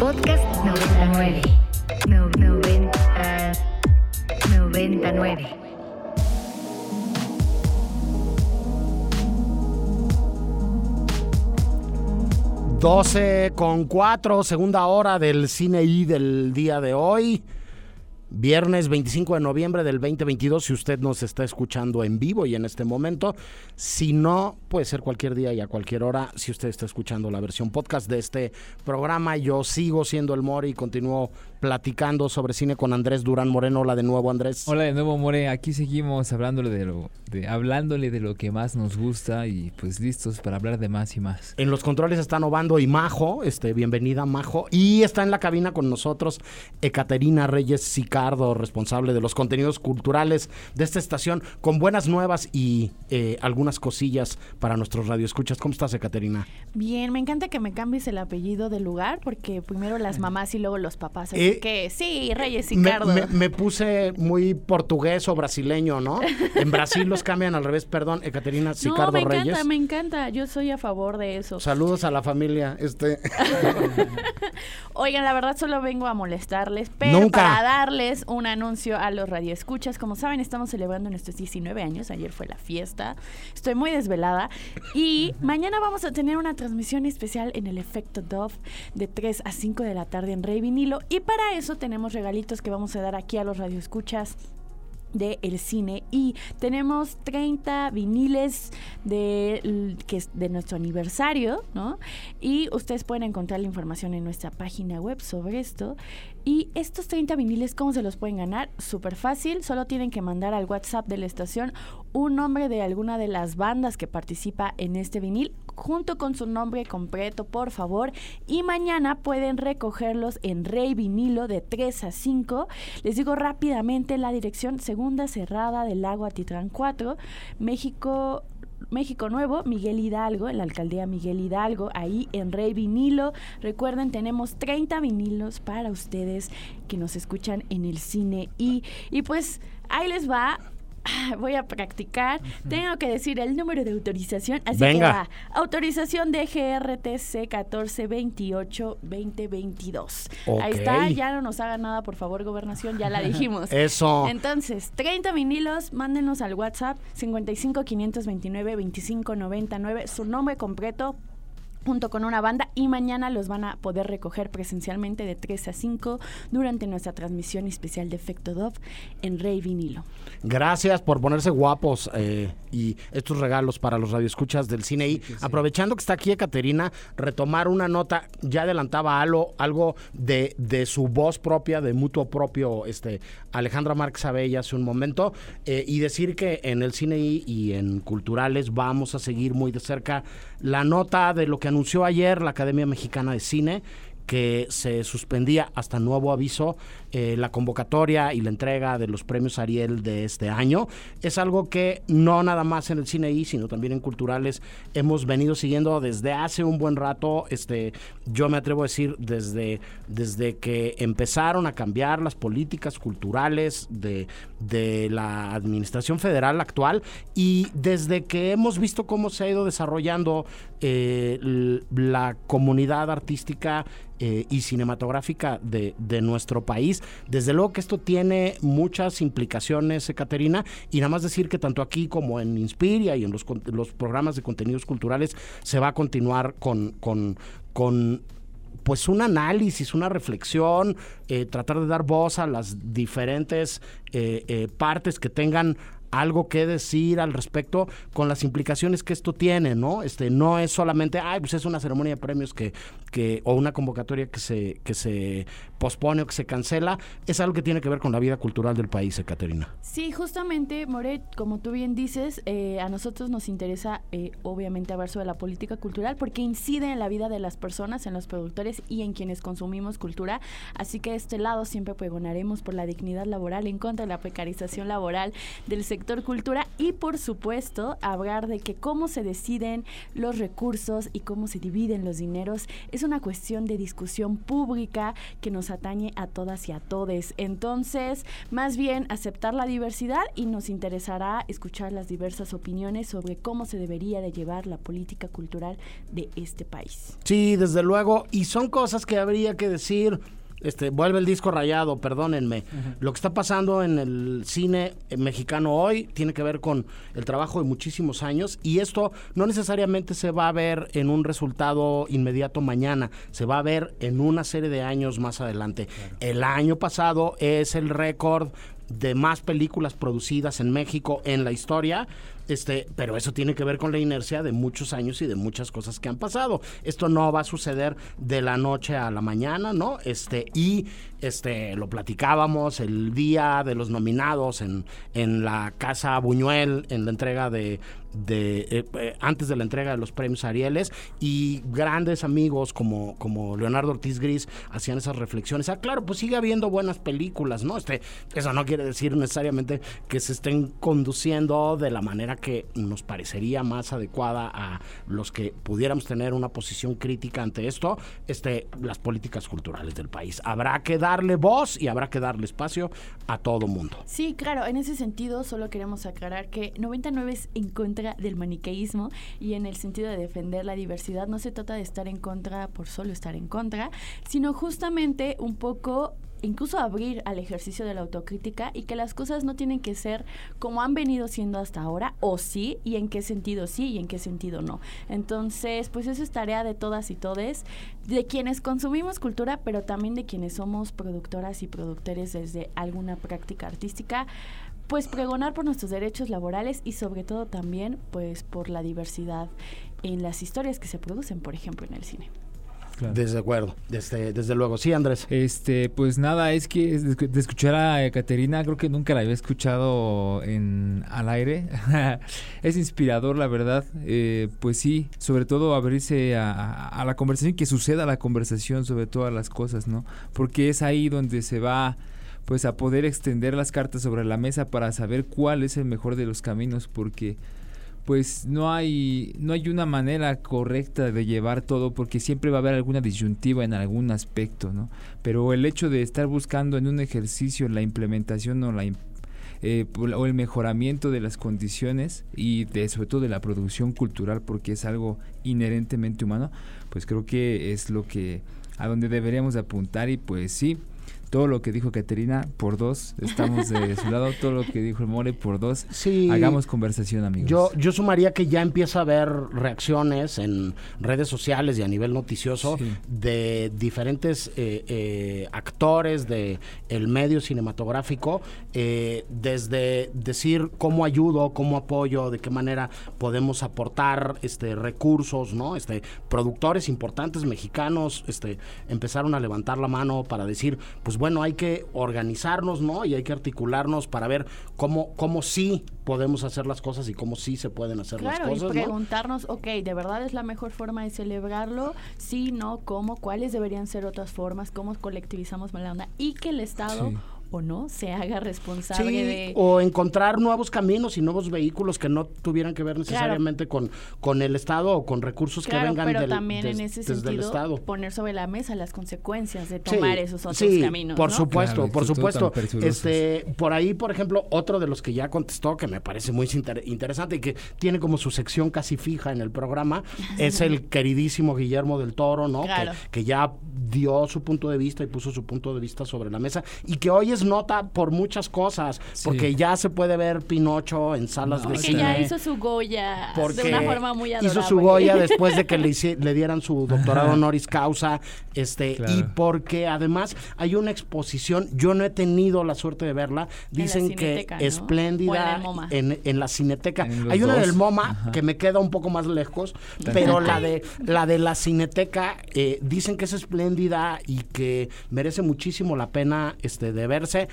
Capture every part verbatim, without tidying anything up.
Podcast noventa y nueve. No, noventa, noventa y nueve. doce con cuatro, segunda hora del Cine I del día de hoy. Viernes veinticinco de noviembre del veinte veintidós, si usted nos está escuchando en vivo y en este momento. Si no, puede ser cualquier día y a cualquier hora, si usted está escuchando la versión podcast de este programa. Yo sigo siendo el More y continúo platicando sobre cine con Andrés Durán Moreno. Hola de nuevo, Andrés. Hola de nuevo, More. Aquí seguimos hablándole de lo, de, hablándole de lo que más nos gusta y pues listos para hablar de más y más. En los controles están Obando y Majo. Este, bienvenida, Majo. Y está en la cabina con nosotros Ekaterina Reyes Sicardo, responsable de los contenidos culturales de esta estación, con buenas nuevas y eh, algunas cosillas para nuestros radioescuchas. ¿Cómo estás, Ekaterina? Bien, me encanta que me cambies el apellido del lugar, porque primero las mamás y luego los papás. Así Eh, que sí, Reyes Sicardo. Me, me, me puse muy portugués o brasileño, ¿no? En Brasil los cambian al revés, perdón, Ekaterina Sicardo no, me Reyes. Me encanta, me encanta. Yo soy a favor de eso. Saludos a la familia. Este. Oigan, la verdad solo vengo a molestarles, pero Nunca. para darles un anuncio a los radioescuchas. Como saben, estamos celebrando nuestros diecinueve años. Ayer fue la fiesta. Estoy muy desvelada. Y mañana vamos a tener una transmisión especial en el Efecto Dove de tres a cinco de la tarde en Rey Vinilo. Y para eso tenemos regalitos que vamos a dar aquí a los radioescuchas de el cine, y tenemos treinta viniles de, que es de nuestro aniversario, ¿no? Y ustedes pueden encontrar la información en nuestra página web sobre esto. Y estos treinta viniles, ¿cómo se los pueden ganar? Súper fácil, solo tienen que mandar al WhatsApp de la estación un nombre de alguna de las bandas que participa en este vinil, junto con su nombre completo, por favor, y mañana pueden recogerlos en Rey Vinilo de tres a cinco. Les digo rápidamente la dirección: Segunda Cerrada del Lago Atitlán cuatro, México... México Nuevo, Miguel Hidalgo, en la alcaldía Miguel Hidalgo, ahí en Rey Vinilo. Recuerden, tenemos treinta vinilos para ustedes que nos escuchan en el cine. Y, y pues ahí les va. Voy a practicar. Uh-huh. Tengo que decir el número de autorización. Así Venga. que va. Autorización de G R T C catorce veintiocho veinte veintidós. Okay. Ahí está. Ya no nos hagan nada, por favor, Gobernación. Ya la dijimos. Eso. Entonces, treinta vinilos. Mándenos al WhatsApp cincuenta y cinco quinientos veintinueve veinticinco noventa y nueve. Su nombre completo junto con una banda, y mañana los van a poder recoger presencialmente de tres a cinco durante nuestra transmisión especial de Efecto Dove en Rey Vinilo. Gracias por ponerse guapos eh, y estos regalos para los radioescuchas del Cine I. Sí, sí. Aprovechando que está aquí Ekaterina, retomar una nota, ya adelantaba algo, algo de, de su voz propia, de mutuo propio, este Alejandra Márquez Abella hace un momento, eh, y decir que en el Cine I y en Culturales vamos a seguir muy de cerca la nota de lo que anunció ayer la Academia Mexicana de Cine, que se suspendía hasta nuevo aviso eh, la convocatoria y la entrega de los premios Ariel de este año. Es algo que no nada más en el Cine I, sino también en Culturales hemos venido siguiendo desde hace un buen rato. Este, yo me atrevo a decir desde, desde que empezaron a cambiar las políticas culturales de, de la administración federal actual, y desde que hemos visto cómo se ha ido desarrollando eh, la comunidad artística Eh, y cinematográfica de, de nuestro país. Desde luego que esto tiene muchas implicaciones, Ekaterina, y nada más decir que tanto aquí como en Inspiria y en los, los programas de contenidos culturales se va a continuar con, con, con pues un análisis, una reflexión, eh, tratar de dar voz a las diferentes eh, eh, partes que tengan algo que decir al respecto, con las implicaciones que esto tiene, ¿no? Este, no es solamente, ay, pues es una ceremonia de premios que, que, o una convocatoria que se, que se pospone o que se cancela, es algo que tiene que ver con la vida cultural del país, Ekaterina. Sí, justamente, More, como tú bien dices, eh, a nosotros nos interesa, eh, obviamente, hablar sobre la política cultural, porque incide en la vida de las personas, en los productores y en quienes consumimos cultura, así que de este lado siempre pregonaremos por la dignidad laboral, en contra de la precarización laboral del sector cultura, y por supuesto hablar de que cómo se deciden los recursos y cómo se dividen los dineros es una cuestión de discusión pública que nos atañe a todas y a todes. Entonces, más bien aceptar la diversidad y nos interesará escuchar las diversas opiniones sobre cómo se debería de llevar la política cultural de este país. Sí, desde luego, y son cosas que habría que decir. Este, vuelve el disco rayado, perdónenme. Uh-huh. Lo que está pasando en el cine mexicano hoy tiene que ver con el trabajo de muchísimos años, y esto no necesariamente se va a ver en un resultado inmediato mañana, se va a ver en una serie de años más adelante. Claro. El año pasado es el récord de más películas producidas en México en la historia. Este, pero eso tiene que ver con la inercia de muchos años y de muchas cosas que han pasado. Esto no va a suceder de la noche a la mañana, ¿no? Este, y este, lo platicábamos el día de los nominados en, en la Casa Buñuel, en la entrega de, de eh, eh, antes de la entrega de los premios Arieles, y grandes amigos como, como Leonardo Ortiz Gris hacían esas reflexiones. Ah, claro, pues sigue habiendo buenas películas, ¿no? Este, eso no quiere decir necesariamente que se estén conduciendo de la manera que nos parecería más adecuada a los que pudiéramos tener una posición crítica ante esto, este, las políticas culturales del país. Habrá que darle voz y habrá que darle espacio a todo mundo. Sí, claro, en ese sentido solo queremos aclarar que noventa y nueve es en contra del maniqueísmo, y en el sentido de defender la diversidad no se trata de estar en contra por solo estar en contra, sino justamente un poco incluso abrir al ejercicio de la autocrítica, y que las cosas no tienen que ser como han venido siendo hasta ahora, o sí, y en qué sentido sí y en qué sentido no. Entonces, pues eso es tarea de todas y todes, de quienes consumimos cultura, pero también de quienes somos productoras y productores desde alguna práctica artística, pues pregonar por nuestros derechos laborales y sobre todo también pues por la diversidad en las historias que se producen, por ejemplo, en el cine. Claro. Desde acuerdo, desde, desde luego. Sí, Andrés. Este, pues nada, es que de escuchar a Caterina, creo que nunca la había escuchado en al aire. Es inspirador, la verdad. Eh, pues sí, sobre todo abrirse a, a, a la conversación, que suceda la conversación sobre todas las cosas, ¿no? Porque es ahí donde se va pues a poder extender las cartas sobre la mesa para saber cuál es el mejor de los caminos, porque pues no hay no hay una manera correcta de llevar todo, porque siempre va a haber alguna disyuntiva en algún aspecto, ¿no? Pero el hecho de estar buscando en un ejercicio la implementación o la eh, o el mejoramiento de las condiciones y de sobre todo de la producción cultural, porque es algo inherentemente humano, pues creo que es lo que a donde deberíamos apuntar. Y pues sí, todo lo que dijo Caterina, por dos, estamos de su lado, todo lo que dijo el More, por dos, sí, hagamos conversación, amigos. Yo, yo sumaría que ya empieza a haber reacciones en redes sociales y a nivel noticioso, sí, de diferentes eh, eh, actores de el medio cinematográfico, eh, desde decir cómo ayudo, cómo apoyo, de qué manera podemos aportar este recursos, ¿no? Este, productores importantes mexicanos este, empezaron a levantar la mano para decir, pues bueno, hay que organizarnos, ¿no? Y hay que articularnos para ver cómo, cómo sí podemos hacer las cosas y cómo sí se pueden hacer claro, las cosas, y preguntarnos, ¿no? Ok, ¿de verdad es la mejor forma de celebrarlo? Sí, no, ¿cómo? ¿Cuáles deberían ser otras formas? ¿Cómo colectivizamos la onda? Y que el Estado... Sí. o no, se haga responsable sí, de... o encontrar nuevos caminos y nuevos vehículos que no tuvieran que ver necesariamente claro. con, con el Estado o con recursos claro, que vengan pero del, también des, en ese desde sentido, el Estado. Poner sobre la mesa las consecuencias de tomar sí, esos otros sí, caminos, por ¿no? supuesto, claro, por supuesto. Este, pues. por ahí, por ejemplo, otro de los que ya contestó, que me parece muy inter- interesante y que tiene como su sección casi fija en el programa, es el queridísimo Guillermo del Toro, ¿no? Claro. Que, que ya dio su punto de vista y puso su punto de vista sobre la mesa y que hoy es nota por muchas cosas, sí, porque ya se puede ver Pinocho en salas no, de porque cine. ya hizo su Goya de una forma muy adorable. Hizo su Goya después de que le, hice, le dieran su doctorado honoris causa, este, claro. y porque además hay una exposición, yo no he tenido la suerte de verla, dicen que ¿no? espléndida en, en, en la Cineteca. Hay una dos. del MoMA Ajá. que me queda un poco más lejos, pero la de la de la Cineteca eh, dicen que es espléndida y que merece muchísimo la pena este de verse.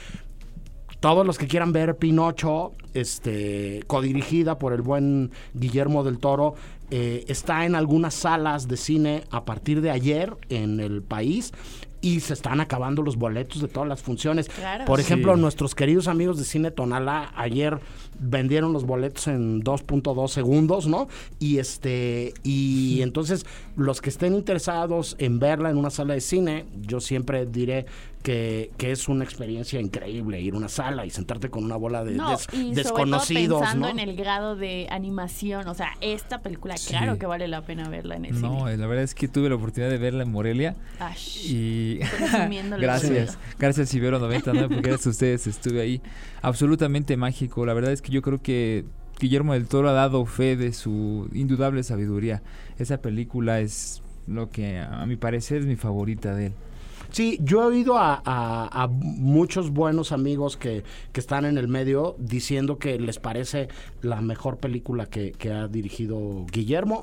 Todos los que quieran ver Pinocho, este, codirigida por el buen Guillermo del Toro, eh, está en algunas salas de cine a partir de ayer en el país. y se están acabando los boletos de todas las funciones. Claro. Por ejemplo, Sí. nuestros queridos amigos de Cine Tonalá ayer vendieron los boletos en dos punto dos segundos, ¿no? Y este y entonces los que estén interesados en verla en una sala de cine, yo siempre diré que, que es una experiencia increíble ir a una sala y sentarte con una bola de No, des- y desconocidos, sobre todo pensando ¿no? en el grado de animación, o sea, esta película, Sí. claro que vale la pena verla en el No, cine. eh, la verdad es que tuve la oportunidad de verla en Morelia Ash, y presumiéndolo. gracias, gracias Ibero noventa y nueve porque gracias a ustedes estuve ahí. Absolutamente mágico, la verdad es que yo creo que Guillermo del Toro ha dado fe de su indudable sabiduría. Esa película es lo que a mi parecer es mi favorita de él. Sí, yo he oído a, a- a muchos buenos amigos que, que están en el medio diciendo que les parece la mejor película que, que ha dirigido Guillermo.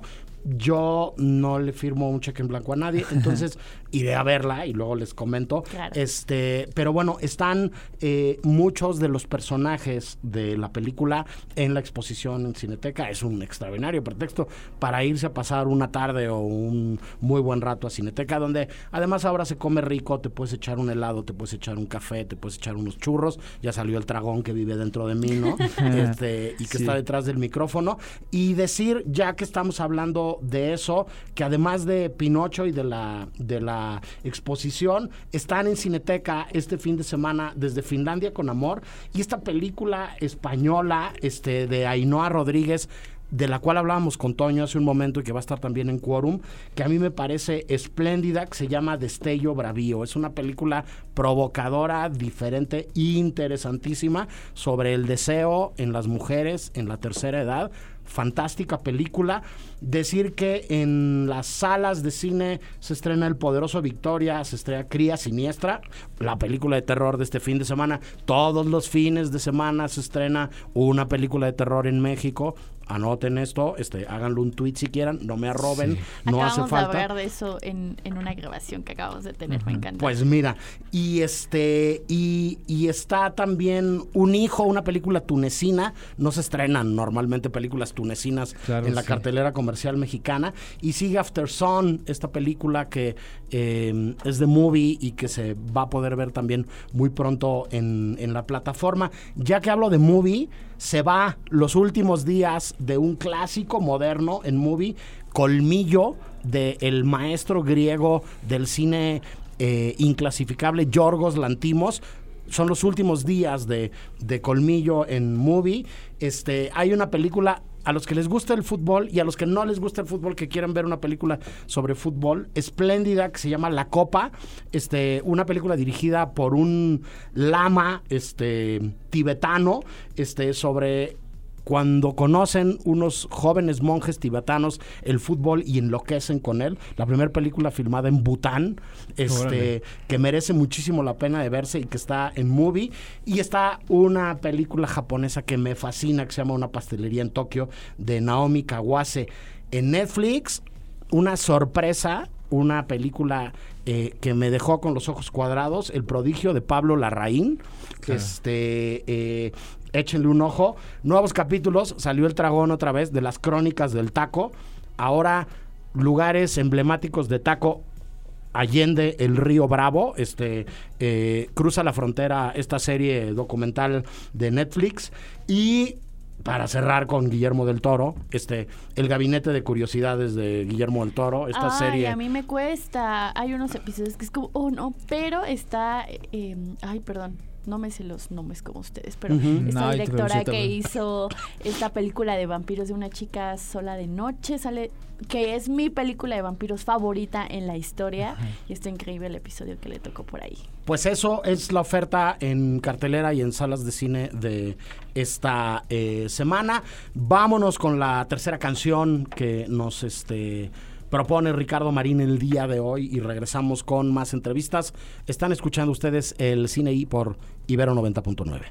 Yo no le firmo un cheque en blanco a nadie, entonces iré a verla y luego les comento. Claro. Este, pero bueno, están eh, muchos de los personajes de la película en la exposición en Cineteca. Es un extraordinario pretexto para irse a pasar una tarde o un muy buen rato a Cineteca, donde además ahora se come rico, te puedes echar un helado, te puedes echar un café, te puedes echar unos churros. Ya salió el dragón que vive dentro de mí, ¿no? Este, y que Sí. está detrás del micrófono. Y decir, ya que estamos hablando de eso, que además de Pinocho y de la, de la exposición, están en Cineteca este fin de semana desde Finlandia con Amor, y esta película española este, de Ainhoa Rodríguez, de la cual hablábamos con Toño hace un momento y que va a estar también en Quórum, que a mí me parece espléndida, que se llama Destello Bravío. Es una película provocadora, diferente e interesantísima sobre el deseo en las mujeres en la tercera edad. Fantástica película. Decir que en las salas de cine se estrena El Poderoso Victoria, se estrena Cría Siniestra, la película de terror de este fin de semana. Todos los fines de semana se estrena una película de terror en México. Anoten esto, este, háganlo un tweet si quieran, no me arroben, Sí. no Acabamos hace de falta. hablar de eso en, en una grabación que acabamos de tener, me encanta. Pues mira, y este, y, y está también Un Hijo, una película tunecina. No se estrenan normalmente películas tunecinas Claro, en la sí. cartelera comercial mexicana. Y sigue After Sun, esta película que eh, es de Movie y que se va a poder ver también muy pronto en, en la plataforma. Ya que hablo de Movie, se va los últimos días de un clásico moderno en Movie, Colmillo, de el maestro griego del cine eh, inclasificable Yorgos Lanthimos. Son los últimos días de, de Colmillo en Movie. Este, hay una película a los que les gusta el fútbol y a los que no les gusta el fútbol, que quieren ver una película sobre fútbol espléndida que se llama La Copa, este, una película dirigida por un lama este, tibetano, este, sobre cuando conocen unos jóvenes monjes tibetanos el fútbol y enloquecen con él. La primera película filmada en Bután, este, Órale. que merece muchísimo la pena de verse y que está en Movie. Y está una película japonesa que me fascina, que se llama Una pastelería en Tokio, de Naomi Kawase. En Netflix, una sorpresa, una película eh, que me dejó con los ojos cuadrados, El prodigio de Pablo Larraín. Claro. Este, eh, échenle un ojo. Nuevos capítulos, salió El Dragón otra vez, de las crónicas del taco. Ahora, lugares emblemáticos de taco. Allende el Río Bravo, este eh, cruza la frontera esta serie documental de Netflix. Y para cerrar con Guillermo del Toro, este El Gabinete de Curiosidades de Guillermo del Toro, esta ay, serie. a mí me cuesta. Hay unos episodios que es como, oh no, pero está, eh, ay, perdón, no me sé los nombres como ustedes, pero Ujú. esta No, y te directora lo sé que también. hizo esta película de vampiros de una chica sola de noche, sale, que es mi película de vampiros favorita en la historia, y está increíble el episodio que le tocó por ahí. Pues eso es la oferta en cartelera y en salas de cine de esta eh, semana. Vámonos con la tercera canción que nos este, propone Ricardo Marín el día de hoy y regresamos con más entrevistas. Están escuchando ustedes el Cine I por Ibero noventa punto nueve.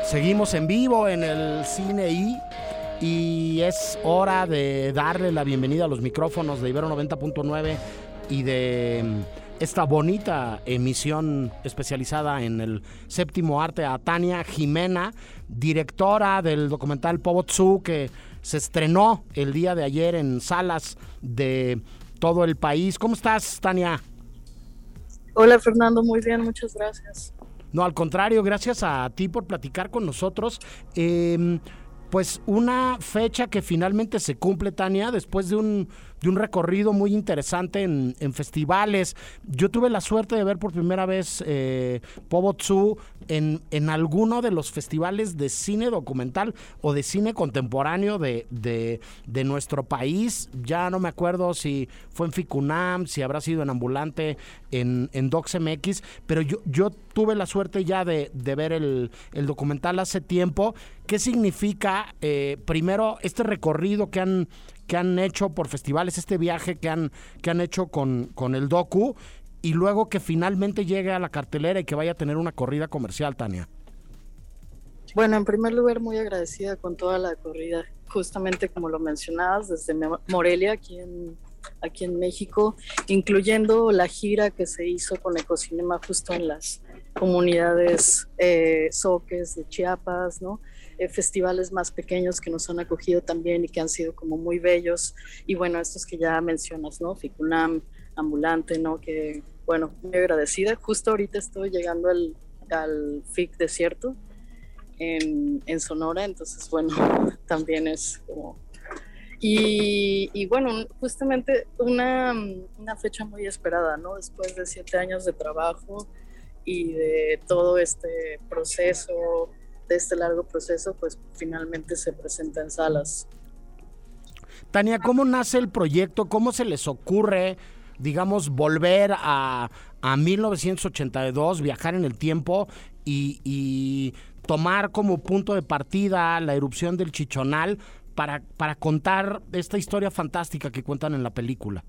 Seguimos en vivo en el Cine I y es hora de darle la bienvenida a los micrófonos de Ibero noventa punto nueve y de esta bonita emisión especializada en el séptimo arte a Tania Jimena, directora del documental Pobot-Zoo, que se estrenó el día de ayer en salas de todo el país. ¿Cómo estás, Tania? Hola, Fernando, muy bien, muchas gracias. No, al contrario, gracias a ti por platicar con nosotros. Eh, pues una fecha que finalmente se cumple, Tania, después de un, de un recorrido muy interesante en, en festivales. Yo tuve la suerte de ver por primera vez eh, Pobot-Zoo en, en alguno de los festivales de cine documental o de cine contemporáneo de, de, de nuestro país. Ya no me acuerdo si fue en Ficunam, si habrá sido en Ambulante, en, en DocsMX, pero yo, yo tuve la suerte ya de, de ver el, el documental hace tiempo. ¿Qué significa, eh, primero, este recorrido que han, que han hecho por festivales, este viaje que han, que han hecho con, con el docu, y luego que finalmente llegue a la cartelera y que vaya a tener una corrida comercial, Tania? Bueno, en primer lugar, muy agradecida con toda la corrida, justamente como lo mencionabas, desde Morelia, aquí en, aquí en México, incluyendo la gira que se hizo con Ecocinema justo en las comunidades eh, zoques de Chiapas, ¿no? Eh, festivales más pequeños que nos han acogido también y que han sido como muy bellos, y bueno, estos que ya mencionas, ¿no? Ficunam, Ambulante, ¿no? Que, bueno, muy agradecida. Justo ahorita estoy llegando al, al F I C Desierto en, en Sonora, entonces, bueno, también es como... Y, y bueno, justamente una, una fecha muy esperada, ¿no? Después de siete años de trabajo y de todo este proceso, de este largo proceso, pues finalmente se presenta en salas. Tania, ¿cómo nace el proyecto? ¿Cómo se les ocurre, digamos, volver a, a mil novecientos ochenta y dos, viajar en el tiempo y, y tomar como punto de partida la erupción del Chichonal para, para contar esta historia fantástica que cuentan en la película?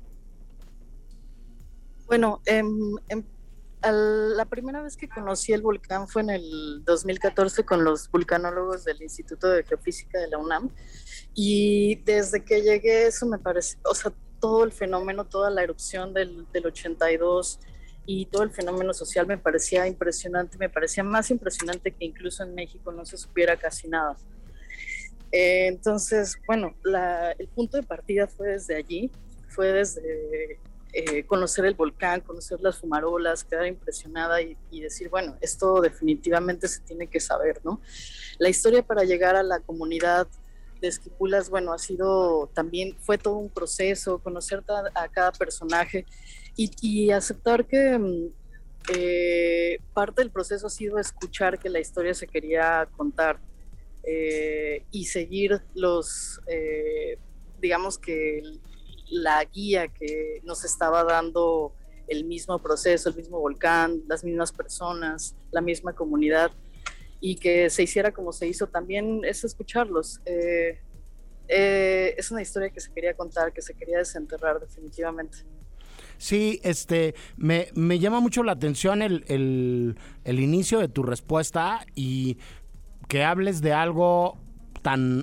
Bueno, eh, eh, Al, la primera vez que conocí el volcán fue en el dos mil catorce con los vulcanólogos del Instituto de Geofísica de la UNAM, y desde que llegué eso me parece, o sea, todo el fenómeno, toda la erupción del, del ochenta y dos y todo el fenómeno social me parecía impresionante, me parecía más impresionante que incluso en México no se supiera casi nada. Eh, entonces, bueno, la, el punto de partida fue desde allí, fue desde... Eh, conocer el volcán, conocer las fumarolas, quedar impresionada y, y decir, bueno, esto definitivamente se tiene que saber, ¿no? La historia para llegar a la comunidad de Esquipulas, bueno, ha sido también, fue todo un proceso, conocer a cada personaje y, y aceptar que eh, parte del proceso ha sido escuchar que la historia se quería contar eh, y seguir los, eh, digamos que el, la guía que nos estaba dando el mismo proceso, el mismo volcán, las mismas personas, la misma comunidad, y que se hiciera como se hizo también es escucharlos. Eh, eh, es una historia que se quería contar, que se quería desenterrar definitivamente. Sí, este, me, me llama mucho la atención el, el, el inicio de tu respuesta y que hables de algo tan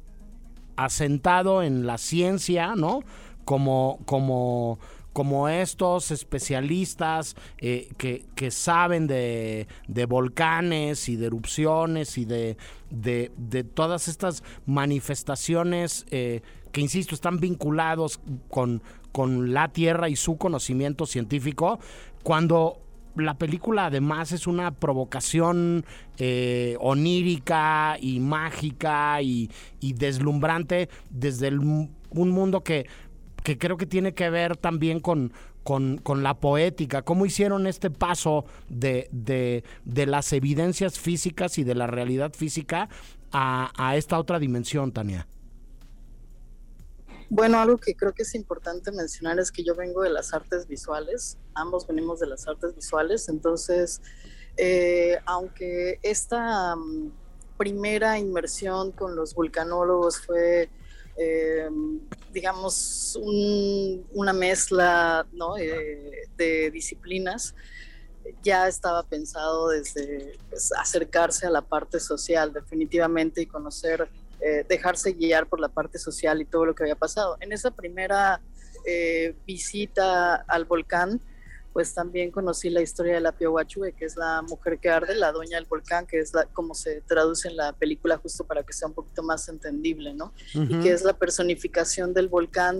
asentado en la ciencia, ¿no? Como, como, como estos especialistas eh, que, que saben de, de volcanes y de erupciones y de, de, de todas estas manifestaciones eh, que, insisto, están vinculados con, con la Tierra y su conocimiento científico, cuando la película además es una provocación eh, onírica y mágica y, y deslumbrante desde el, un mundo que que creo que tiene que ver también con, con, con la poética. ¿Cómo hicieron este paso de, de, de las evidencias físicas y de la realidad física a, a esta otra dimensión, Tania? Bueno, algo que creo que es importante mencionar es que yo vengo de las artes visuales, ambos venimos de las artes visuales, entonces, eh, aunque esta um, primera inmersión con los vulcanólogos fue... Eh, digamos, un, una mezcla, ¿no? eh, de disciplinas. ya estaba pensado desde pues, acercarse a la parte social definitivamente y conocer, eh, dejarse guiar por la parte social y todo lo que había pasado. En esa primera eh, visita al volcán, pues también conocí la historia de la Piohuachue, que es la mujer que arde, la dueña del volcán, que es la, como se traduce en la película justo para que sea un poquito más entendible, ¿no? Uh-huh. Y que es la personificación del volcán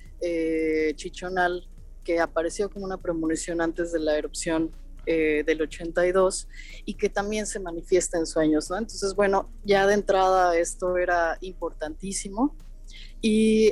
eh, Chichonal, que apareció como una premonición antes de la erupción eh, del ochenta y dos y que también se manifiesta en sueños, ¿no? Entonces, bueno, ya de entrada esto era importantísimo y...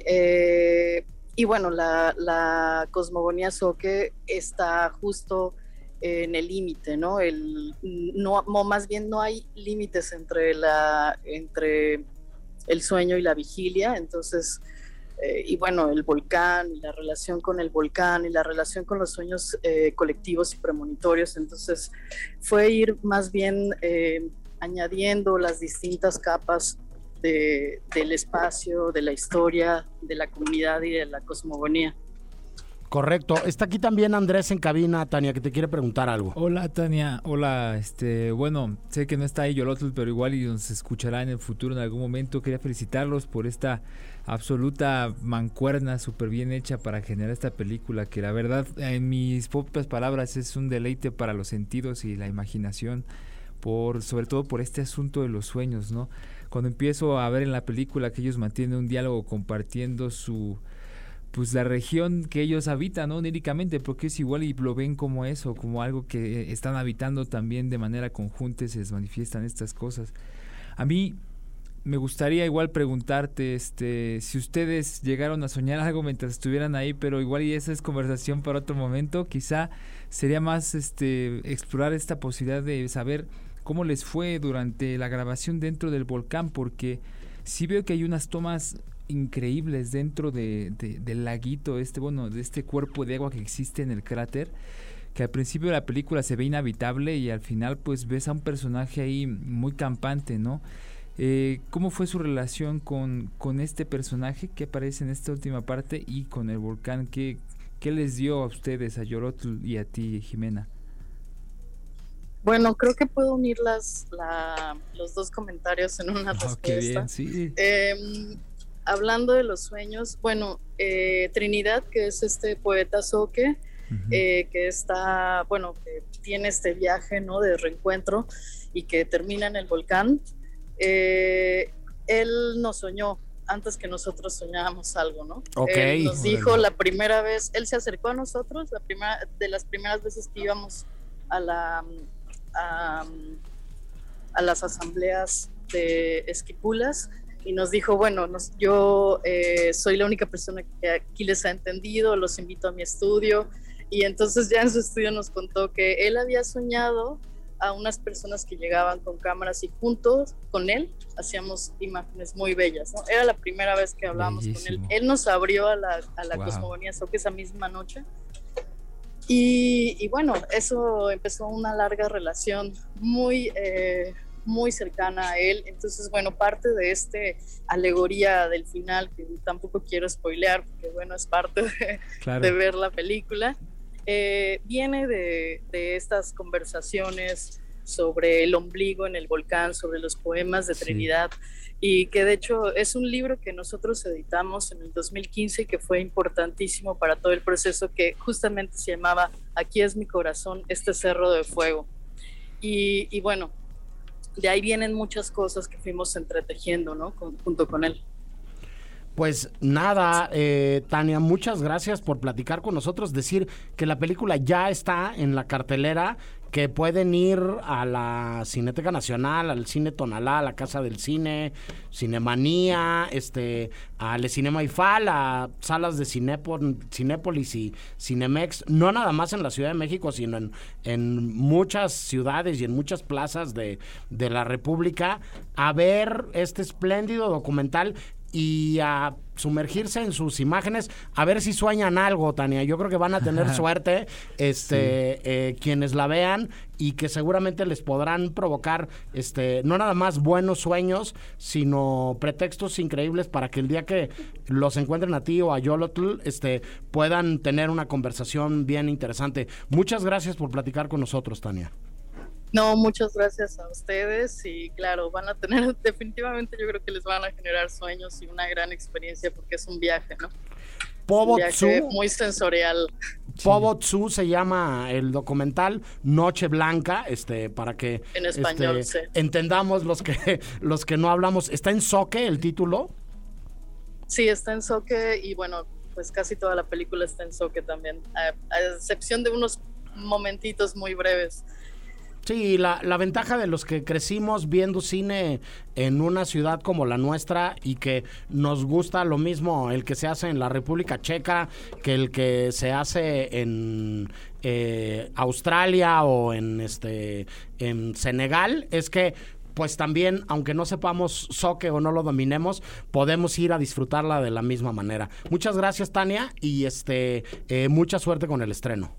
Eh, Y bueno, la, la cosmogonía Zoque está justo en el límite, ¿no? El, no, no, más bien no hay límites entre, la, entre el sueño y la vigilia, entonces, eh, y bueno, el volcán, y la relación con el volcán, y la relación con los sueños eh, colectivos y premonitorios, entonces fue ir más bien eh, añadiendo las distintas capas De, del espacio, de la historia, de la comunidad y de la cosmogonía. Correcto. Está aquí también Andrés en cabina, Tania, que te quiere preguntar algo. Hola, Tania. Hola, este, bueno, sé que no está ahí Yolotl, pero igual y nos escuchará en el futuro en algún momento. Quería felicitarlos por esta absoluta mancuerna súper bien hecha para generar esta película, que la verdad, en mis propias palabras, es un deleite para los sentidos y la imaginación, por, sobre todo por este asunto de los sueños, ¿no? Cuando empiezo a ver en la película que ellos mantienen un diálogo compartiendo su, pues la región que ellos habitan, ¿no? Oníricamente, porque es igual y lo ven como eso, como algo que están habitando también de manera conjunta y se les manifiestan estas cosas. A mí me gustaría igual preguntarte, este, si ustedes llegaron a soñar algo mientras estuvieran ahí, pero igual y esa es conversación para otro momento, quizá sería más este explorar esta posibilidad de saber cómo les fue durante la grabación dentro del volcán, porque sí veo que hay unas tomas increíbles dentro de, de, del laguito, este, bueno, de este cuerpo de agua que existe en el cráter, que al principio de la película se ve inhabitable y al final pues ves a un personaje ahí muy campante, ¿no? Eh, ¿Cómo fue su relación con, con este personaje que aparece en esta última parte y con el volcán? ¿Qué, qué les dio a ustedes, a Yolotl y a ti, Jimena? Bueno, creo que puedo unir las, la, los dos comentarios en una respuesta. Oh, qué bien, sí. Eh, hablando de los sueños, bueno, eh, Trinidad, que es este poeta Zoque, uh-huh. eh, que está, bueno, que tiene este viaje, ¿no? De reencuentro y que termina en el volcán. Eh, él nos soñó antes que nosotros soñábamos algo, ¿no? Okay. Él nos dijo bueno. la primera vez, él se acercó a nosotros, la primera, de las primeras veces que íbamos a la a, a las asambleas de Esquipulas y nos dijo, bueno, nos, yo eh, soy la única persona que aquí les ha entendido, los invito a mi estudio, y entonces ya en su estudio nos contó que él había soñado a unas personas que llegaban con cámaras y juntos con él hacíamos imágenes muy bellas, ¿no? Era la primera vez que hablábamos Bellísimo. con él. Él nos abrió a la, a la wow. cosmogonía Zoque esa misma noche. Y, y bueno, eso empezó una larga relación muy, eh, muy cercana a él. Entonces, bueno, parte de este alegoría del final, que tampoco quiero spoilear, porque bueno, es parte de, claro. de ver la película, eh, viene de, de estas conversaciones sobre el ombligo en el volcán, sobre los poemas de Trinidad, sí. y que de hecho es un libro que nosotros editamos en el dos mil quince y que fue importantísimo para todo el proceso, que justamente se llamaba Aquí es mi corazón, este cerro de fuego. Y, y bueno, de ahí vienen muchas cosas que fuimos entretejiendo, ¿no? Con, junto con él. Pues nada, eh, Tania, muchas gracias por platicar con nosotros, decir que la película ya está en la cartelera, que pueden ir a la Cineteca Nacional, al Cine Tonalá, a la Casa del Cine, Cinemanía, este, al Cinema Ifal, a salas de Cinépol, Cinépolis y Cinemex, no nada más en la Ciudad de México, sino en, en muchas ciudades y en muchas plazas de, de la República, a ver este espléndido documental. y a sumergirse en sus imágenes, a ver si sueñan algo, Tania. Yo creo que van a tener suerte este, sí. eh, quienes la vean, y que seguramente les podrán provocar este, no nada más buenos sueños, sino pretextos increíbles para que el día que los encuentren a ti o a Yolotl este, puedan tener una conversación bien interesante. Muchas gracias por platicar con nosotros, Tania. No, muchas gracias a ustedes, y claro, van a tener, definitivamente yo creo que les van a generar sueños y una gran experiencia, porque es un viaje, ¿no? Pobot un viaje muy sensorial. Pobot Zoo se llama el documental, Noche Blanca, este, para que en español, este, sí. entendamos los que los que no hablamos. ¿Está en Zoque el título? Sí, está en Zoque, y bueno, pues casi toda la película está en Zoque también, a, a excepción de unos momentitos muy breves. Sí, la, la ventaja de los que crecimos viendo cine en una ciudad como la nuestra, y que nos gusta lo mismo el que se hace en la República Checa que el que se hace en eh, Australia o en este en Senegal, es que pues también, aunque no sepamos zoque o no lo dominemos, podemos ir a disfrutarla de la misma manera. Muchas gracias, Tania, y este eh, mucha suerte con el estreno.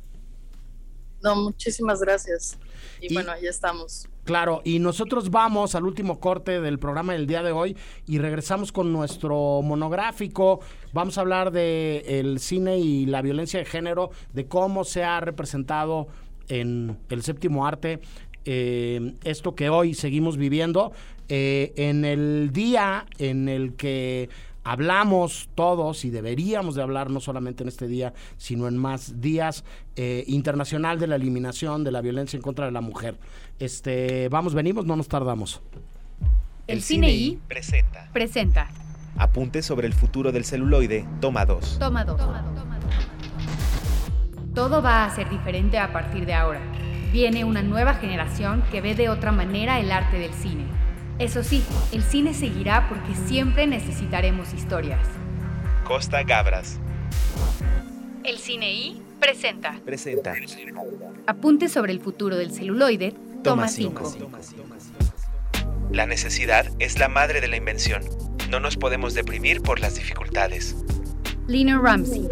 No, muchísimas gracias. Y, y bueno, ahí estamos. Claro, y nosotros vamos al último corte del programa del día de hoy y regresamos con nuestro monográfico. Vamos a hablar de el cine y la violencia de género, de cómo se ha representado en el séptimo arte eh, esto que hoy seguimos viviendo, eh, en el día en el que hablamos todos, y deberíamos de hablar no solamente en este día, sino en más días, eh, internacional de la eliminación de la violencia en contra de la mujer. Este, vamos, venimos, no nos tardamos. El, el Cine I presenta. presenta. Apuntes sobre el futuro del celuloide, toma dos. Toma dos. Todo va a ser diferente a partir de ahora. Viene una nueva generación que ve de otra manera el arte del cine. Eso sí, el cine seguirá porque siempre necesitaremos historias. Costa Gabras. El Cine I presenta. Presenta. Apuntes sobre el futuro del celuloide, toma cinco. La necesidad es la madre de la invención. No nos podemos deprimir por las dificultades. Lina Ramsey.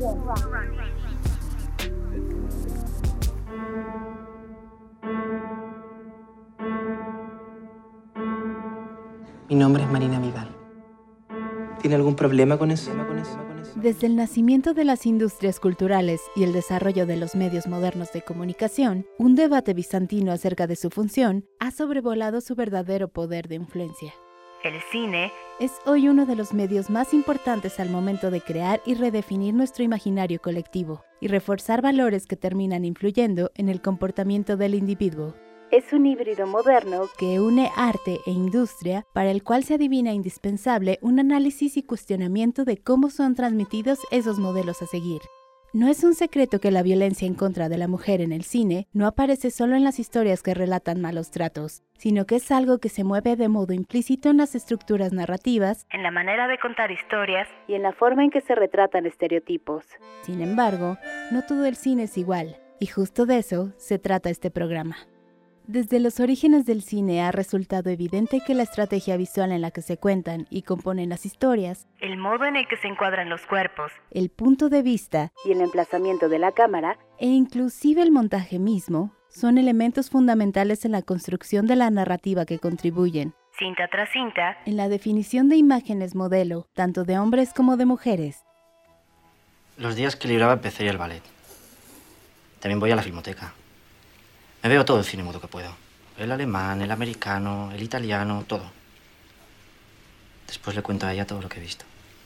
Mi nombre es Marina Vidal. ¿Tiene algún problema con eso? Desde el nacimiento de las industrias culturales y el desarrollo de los medios modernos de comunicación, un debate bizantino acerca de su función ha sobrevolado su verdadero poder de influencia. El cine es hoy uno de los medios más importantes al momento de crear y redefinir nuestro imaginario colectivo y reforzar valores que terminan influyendo en el comportamiento del individuo. Es un híbrido moderno que une arte e industria, para el cual se adivina indispensable un análisis y cuestionamiento de cómo son transmitidos esos modelos a seguir. No es un secreto que la violencia en contra de la mujer en el cine no aparece solo en las historias que relatan malos tratos, sino que es algo que se mueve de modo implícito en las estructuras narrativas, en la manera de contar historias y en la forma en que se retratan estereotipos. Sin embargo, no todo el cine es igual, y justo de eso se trata este programa. Desde los orígenes del cine ha resultado evidente que la estrategia visual en la que se cuentan y componen las historias, el modo en el que se encuadran los cuerpos, el punto de vista y el emplazamiento de la cámara, e inclusive el montaje mismo, son elementos fundamentales en la construcción de la narrativa que contribuyen, cinta tras cinta, en la definición de imágenes modelo, tanto de hombres como de mujeres. Los días que libraba empecé el ballet. También voy a la filmoteca. Me veo todo el cine mudo que puedo. El alemán, el americano, el italiano, todo. Después le cuento a ella todo lo que he visto.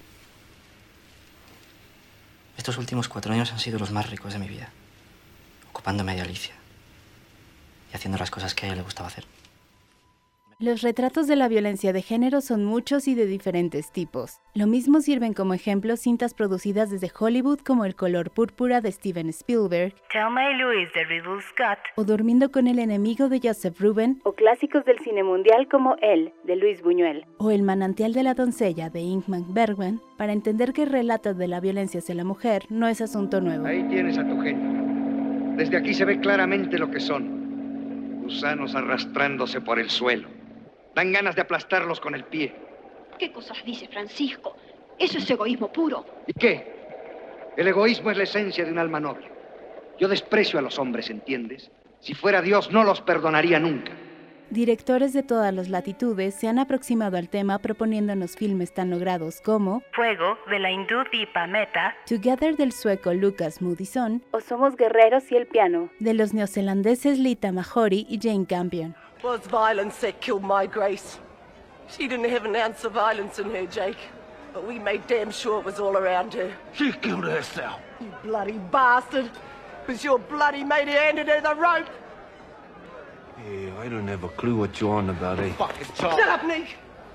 Estos últimos cuatro años han sido los más ricos de mi vida. Ocupándome de Alicia. Y haciendo las cosas que a ella le gustaba hacer. Los retratos de la violencia de género son muchos y de diferentes tipos. Lo mismo sirven como ejemplo cintas producidas desde Hollywood como El color púrpura de Steven Spielberg, Thelma y Louise de Ridley Scott, o Durmiendo con el enemigo de Joseph Ruben, o clásicos del cine mundial como Él de Luis Buñuel, o El manantial de la doncella de Ingmar Bergman, para entender que el relato de la violencia hacia la mujer no es asunto nuevo. Ahí tienes a tu gente. Desde aquí se ve claramente lo que son. Gusanos arrastrándose por el suelo. Dan ganas de aplastarlos con el pie. ¿Qué cosas dice Francisco? Eso es egoísmo puro. ¿Y qué? El egoísmo es la esencia de un alma noble. Yo desprecio a los hombres, ¿entiendes? Si fuera Dios, no los perdonaría nunca. Directores de todas las latitudes se han aproximado al tema proponiéndonos filmes tan logrados como Fuego, de la hindú Deepa Mehta, Together, del sueco Lucas Moodysson, o Somos Guerreros y el Piano, de los neozelandeses Lita Mahori y Jane Campion. Was violence that killed my Grace. She didn't have an ounce of violence in her, Jake. But we made damn sure it was all around her. She killed herself. You bloody bastard. It was your bloody mate who handed her the rope. Yeah, I don't have a clue what you're on about, eh? Fucking child. Shut up, Nick.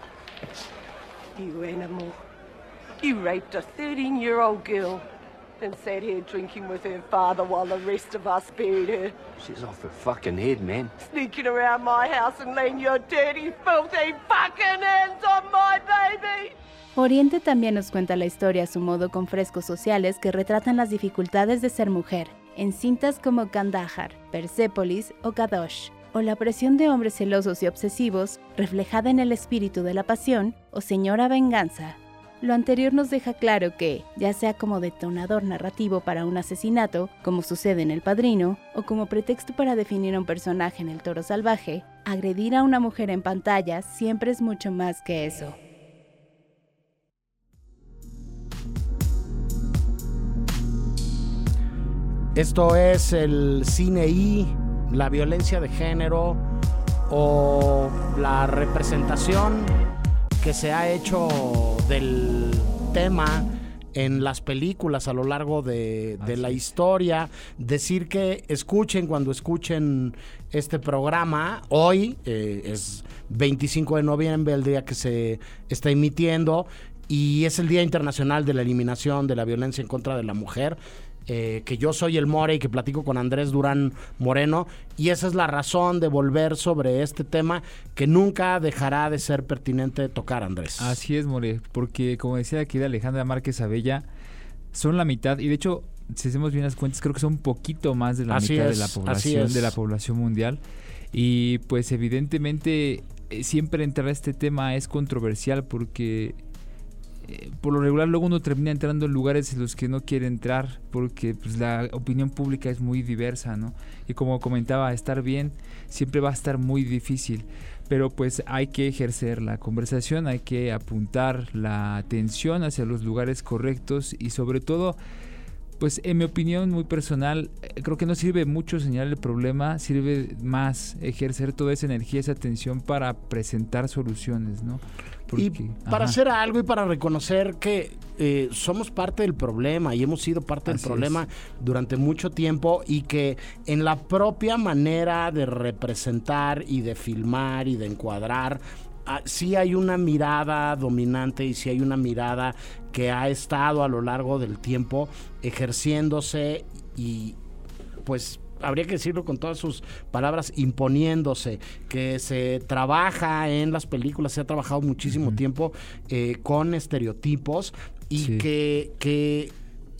You animal. You raped a thirteen-year-old girl. And sat here drinking with her father while the rest of us buried her. She's off her fucking head, man. Sneaking around my house and laying your dirty, filthy fucking hands on my baby. Oriente también nos cuenta la historia a su modo con frescos sociales que retratan las dificultades de ser mujer, en cintas como Kandahar, Persépolis o Kadosh, o la presión de hombres celosos y obsesivos reflejada en El espíritu de la pasión o Señora Venganza. Lo anterior nos deja claro que, ya sea como detonador narrativo para un asesinato, como sucede en El Padrino, o como pretexto para definir a un personaje en El Toro Salvaje, agredir a una mujer en pantalla siempre es mucho más que eso. Esto es el cine y la violencia de género o la representación que se ha hecho del tema en las películas a lo largo de, de la historia. Decir que escuchen cuando escuchen este programa. Hoy eh, es veinticinco de noviembre, el día que se está emitiendo, y es el Día Internacional de la Eliminación de la Violencia en contra de la Mujer. Eh, que yo soy el More y que platico con Andrés Durán Moreno, y esa es la razón de volver sobre este tema que nunca dejará de ser pertinente tocar, Andrés. Así es, More, porque como decía aquí de Alejandra Márquez Abella, son la mitad, y de hecho, si hacemos bien las cuentas, creo que son un poquito más de la así mitad es, de la población, de la población mundial, y pues evidentemente eh, siempre entrar a este tema es controversial porque por lo regular luego uno termina entrando en lugares en los que no quiere entrar porque pues, la opinión pública es muy diversa, ¿no? Y como comentaba, estar bien siempre va a estar muy difícil, pero pues hay que ejercer la conversación, hay que apuntar la atención hacia los lugares correctos y sobre todo, pues en mi opinión muy personal, creo que no sirve mucho señalar el problema, sirve más ejercer toda esa energía, esa atención para presentar soluciones, ¿no? Porque, y para ajá. hacer algo y para reconocer que eh, somos parte del problema y hemos sido parte Así del problema es. durante mucho tiempo, y que en la propia manera de representar y de filmar y de encuadrar, ah, sí hay una mirada dominante y sí hay una mirada que ha estado a lo largo del tiempo ejerciéndose y pues habría que decirlo con todas sus palabras, imponiéndose, que se trabaja en las películas, se ha trabajado muchísimo uh-huh. tiempo eh, con estereotipos y sí. que, que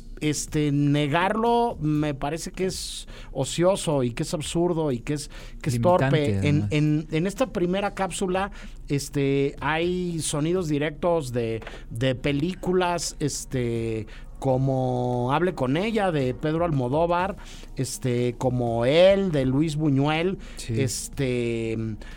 este negarlo me parece que es ocioso y que es absurdo y que es que es Limitante, torpe. En, en, en esta primera cápsula este hay sonidos directos de, de películas este como Hable con ella de Pedro Almodóvar, este como Él de Luis Buñuel, sí. este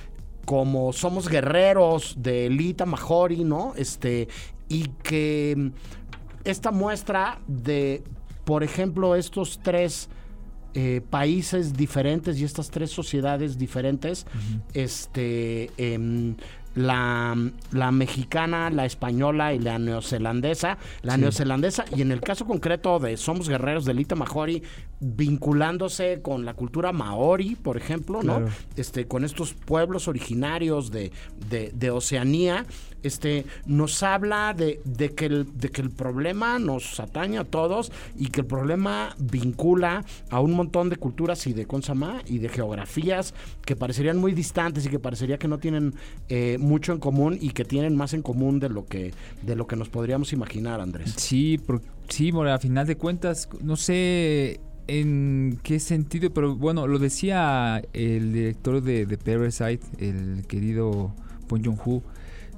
como Somos Guerreros de Lita Mahori, ¿no? Este y que esta muestra de, por ejemplo, estos tres eh, países diferentes y estas tres sociedades diferentes, uh-huh. este eh, La, la mexicana, la española y la neozelandesa. La sí. neozelandesa, y en el caso concreto de Somos Guerreros de Lita Mahori, vinculándose con la cultura maori, por ejemplo, claro. ¿no? Este, con estos pueblos originarios de, de, de Oceanía, este, nos habla de, de, que el, de que el problema nos atañe a todos y que el problema vincula a un montón de culturas y de consama y de geografías que parecerían muy distantes y que parecería que no tienen eh, mucho en común y que tienen más en común de lo que de lo que nos podríamos imaginar, Andrés. Sí, por, sí, por, a final de cuentas, no sé en qué sentido, pero bueno, lo decía el director de, de Parasite, el querido Bong Joon-ho,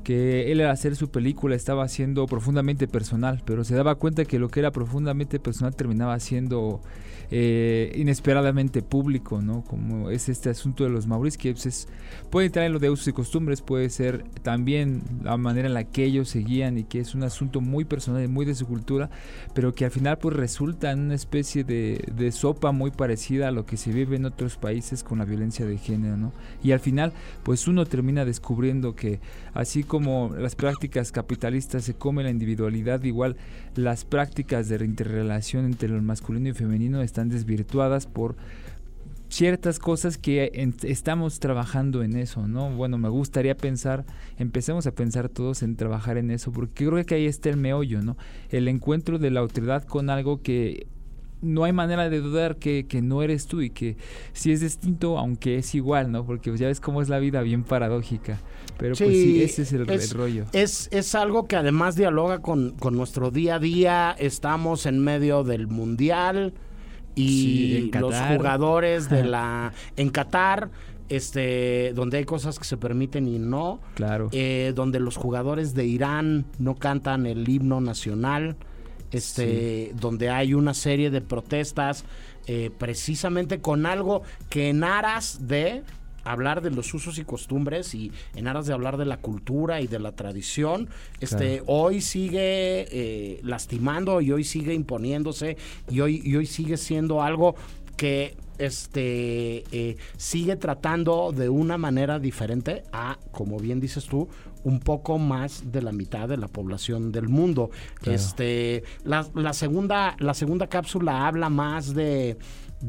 que él al hacer su película estaba siendo profundamente personal, pero se daba cuenta que lo que era profundamente personal terminaba siendo eh, inesperadamente público, ¿no? Como es este asunto de los maoríes, que pues, es, puede entrar en lo de usos y costumbres, puede ser también la manera en la que ellos seguían y que es un asunto muy personal y muy de su cultura, pero que al final pues resulta en una especie de, de sopa muy parecida a lo que se vive en otros países con la violencia de género, ¿no? Y al final pues uno termina descubriendo que así como las prácticas capitalistas se comen la individualidad, igual las prácticas de interrelación entre lo masculino y femenino están desvirtuadas por ciertas cosas que en, estamos trabajando en eso, ¿no? Bueno, me gustaría pensar, empecemos a pensar todos en trabajar en eso, porque creo que ahí está el meollo, ¿no? El encuentro de la autoridad con algo que no hay manera de dudar que, que no eres tú y que sí es distinto, aunque es igual, ¿no? Porque pues ya ves cómo es la vida, bien paradójica. Pero sí, pues sí, ese es el, es, el rollo. Es, es algo que además dialoga con, con nuestro día a día. Estamos en medio del mundial y sí, los jugadores de la en Qatar, este, donde hay cosas que se permiten y no. Claro. Eh, donde los jugadores de Irán no cantan el himno nacional. Este, sí. Donde hay una serie de protestas eh, precisamente con algo que en aras de hablar de los usos y costumbres y en aras de hablar de la cultura y de la tradición, este, claro. hoy sigue eh, lastimando y hoy sigue imponiéndose y hoy, y hoy sigue siendo algo que este eh, sigue tratando de una manera diferente a, como bien dices tú, un poco más de la mitad de la población del mundo. Claro. Este, la, la segunda, la segunda cápsula habla más de,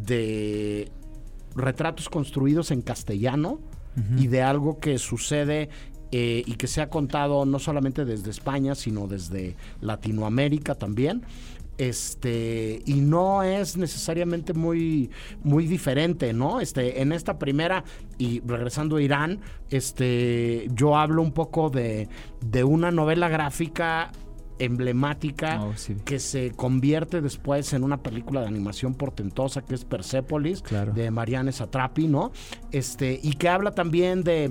de retratos construidos en castellano uh-huh. y de algo que sucede eh, y que se ha contado no solamente desde España, sino desde Latinoamérica también. Este, y no es necesariamente muy, muy diferente, ¿no? Este, en esta primera, y regresando a Irán, este, yo hablo un poco de, de una novela gráfica emblemática oh, sí. que se convierte después en una película de animación portentosa que es Persépolis, claro. de Marianne Satrapi, ¿no? Este, y que habla también de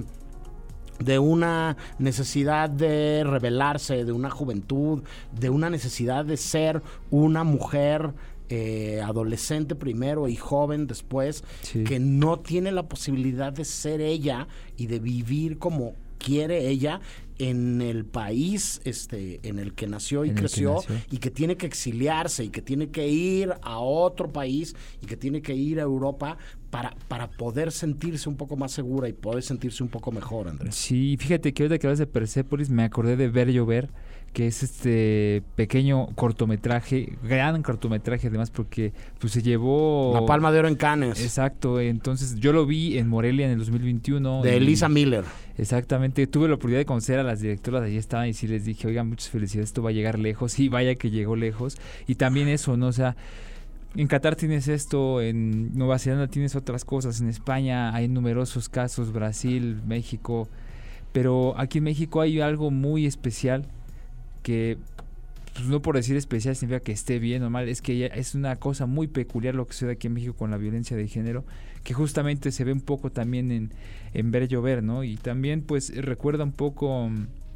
de una necesidad de rebelarse, de una juventud, de una necesidad de ser una mujer eh, adolescente primero y joven después, sí. que no tiene la posibilidad de ser ella y de vivir como quiere ella en el país este en el que nació y en creció, que nació. Y que tiene que exiliarse y que tiene que ir a otro país y que tiene que ir a Europa para, para poder sentirse un poco más segura y poder sentirse un poco mejor, Andrés. Sí, fíjate que ahorita que hablas de Persépolis me acordé de Ver Llover, que es este pequeño cortometraje, gran cortometraje además porque pues se llevó la Palma de Oro en Cannes. Exacto, entonces yo lo vi en Morelia en el dos mil veintiuno. De Elisa Miller. Exactamente, tuve la oportunidad de conocer a las directoras, allí estaban y sí les dije, oigan, muchas felicidades, esto va a llegar lejos, y vaya que llegó lejos, y también eso, ¿no? O sea, en Qatar tienes esto, en Nueva Zelanda tienes otras cosas, en España hay numerosos casos, Brasil, México, pero aquí en México hay algo muy especial que, pues no por decir especial significa que esté bien o mal, es que ya es una cosa muy peculiar lo que sucede aquí en México con la violencia de género, que justamente se ve un poco también en, en Ver Llover, ¿no? Y también pues recuerda un poco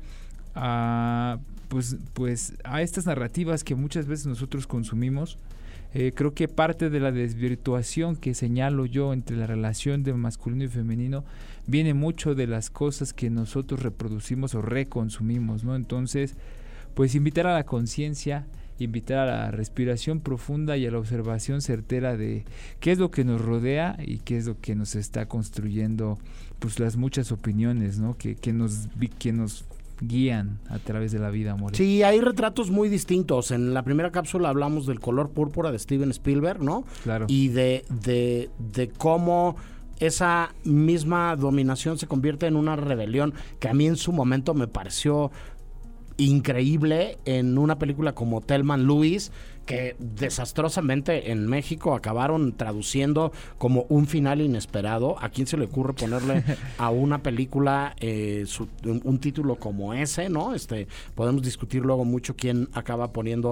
a, pues, pues, a estas narrativas que muchas veces nosotros consumimos. Eh, creo que parte de la desvirtuación que señalo yo entre la relación de masculino y femenino viene mucho de las cosas que nosotros reproducimos o reconsumimos, ¿no? Entonces, pues invitar a la conciencia, invitar a la respiración profunda y a la observación certera de qué es lo que nos rodea y qué es lo que nos está construyendo, pues las muchas opiniones, ¿no? Que, que nos que nos guían a través de la vida, amor. Sí, hay retratos muy distintos. En la primera cápsula hablamos del color púrpura de Steven Spielberg, ¿no? Claro. Y de, de, de cómo esa misma dominación se convierte en una rebelión que a mí en su momento me pareció increíble en una película como Thelma and Louise, que desastrosamente en México acabaron traduciendo como un final inesperado. ¿A quién se le ocurre ponerle a una película eh, su, un, un título como ese, no? Este, podemos discutir luego mucho quién acaba poniendo